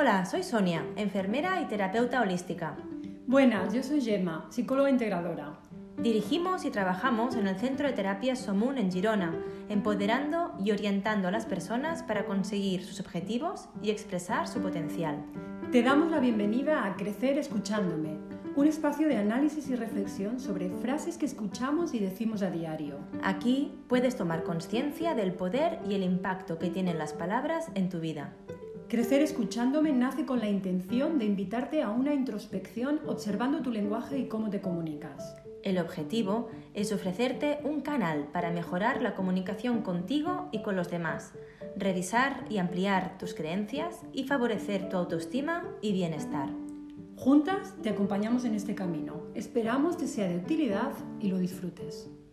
Hola, soy Sonia, enfermera y terapeuta holística. Buenas, yo soy Gemma, psicóloga integradora. Dirigimos y trabajamos en el Centro de Terapias Somun en Girona, empoderando y orientando a las personas para conseguir sus objetivos y expresar su potencial. Te damos la bienvenida a Crecer Escuchándome, un espacio de análisis y reflexión sobre frases que escuchamos y decimos a diario. Aquí puedes tomar conciencia del poder y el impacto que tienen las palabras en tu vida. Crecer Escuchándome nace con la intención de invitarte a una introspección observando tu lenguaje y cómo te comunicas. El objetivo es ofrecerte un canal para mejorar la comunicación contigo y con los demás, revisar y ampliar tus creencias y favorecer tu autoestima y bienestar. Juntas te acompañamos en este camino. Esperamos te sea de utilidad y lo disfrutes.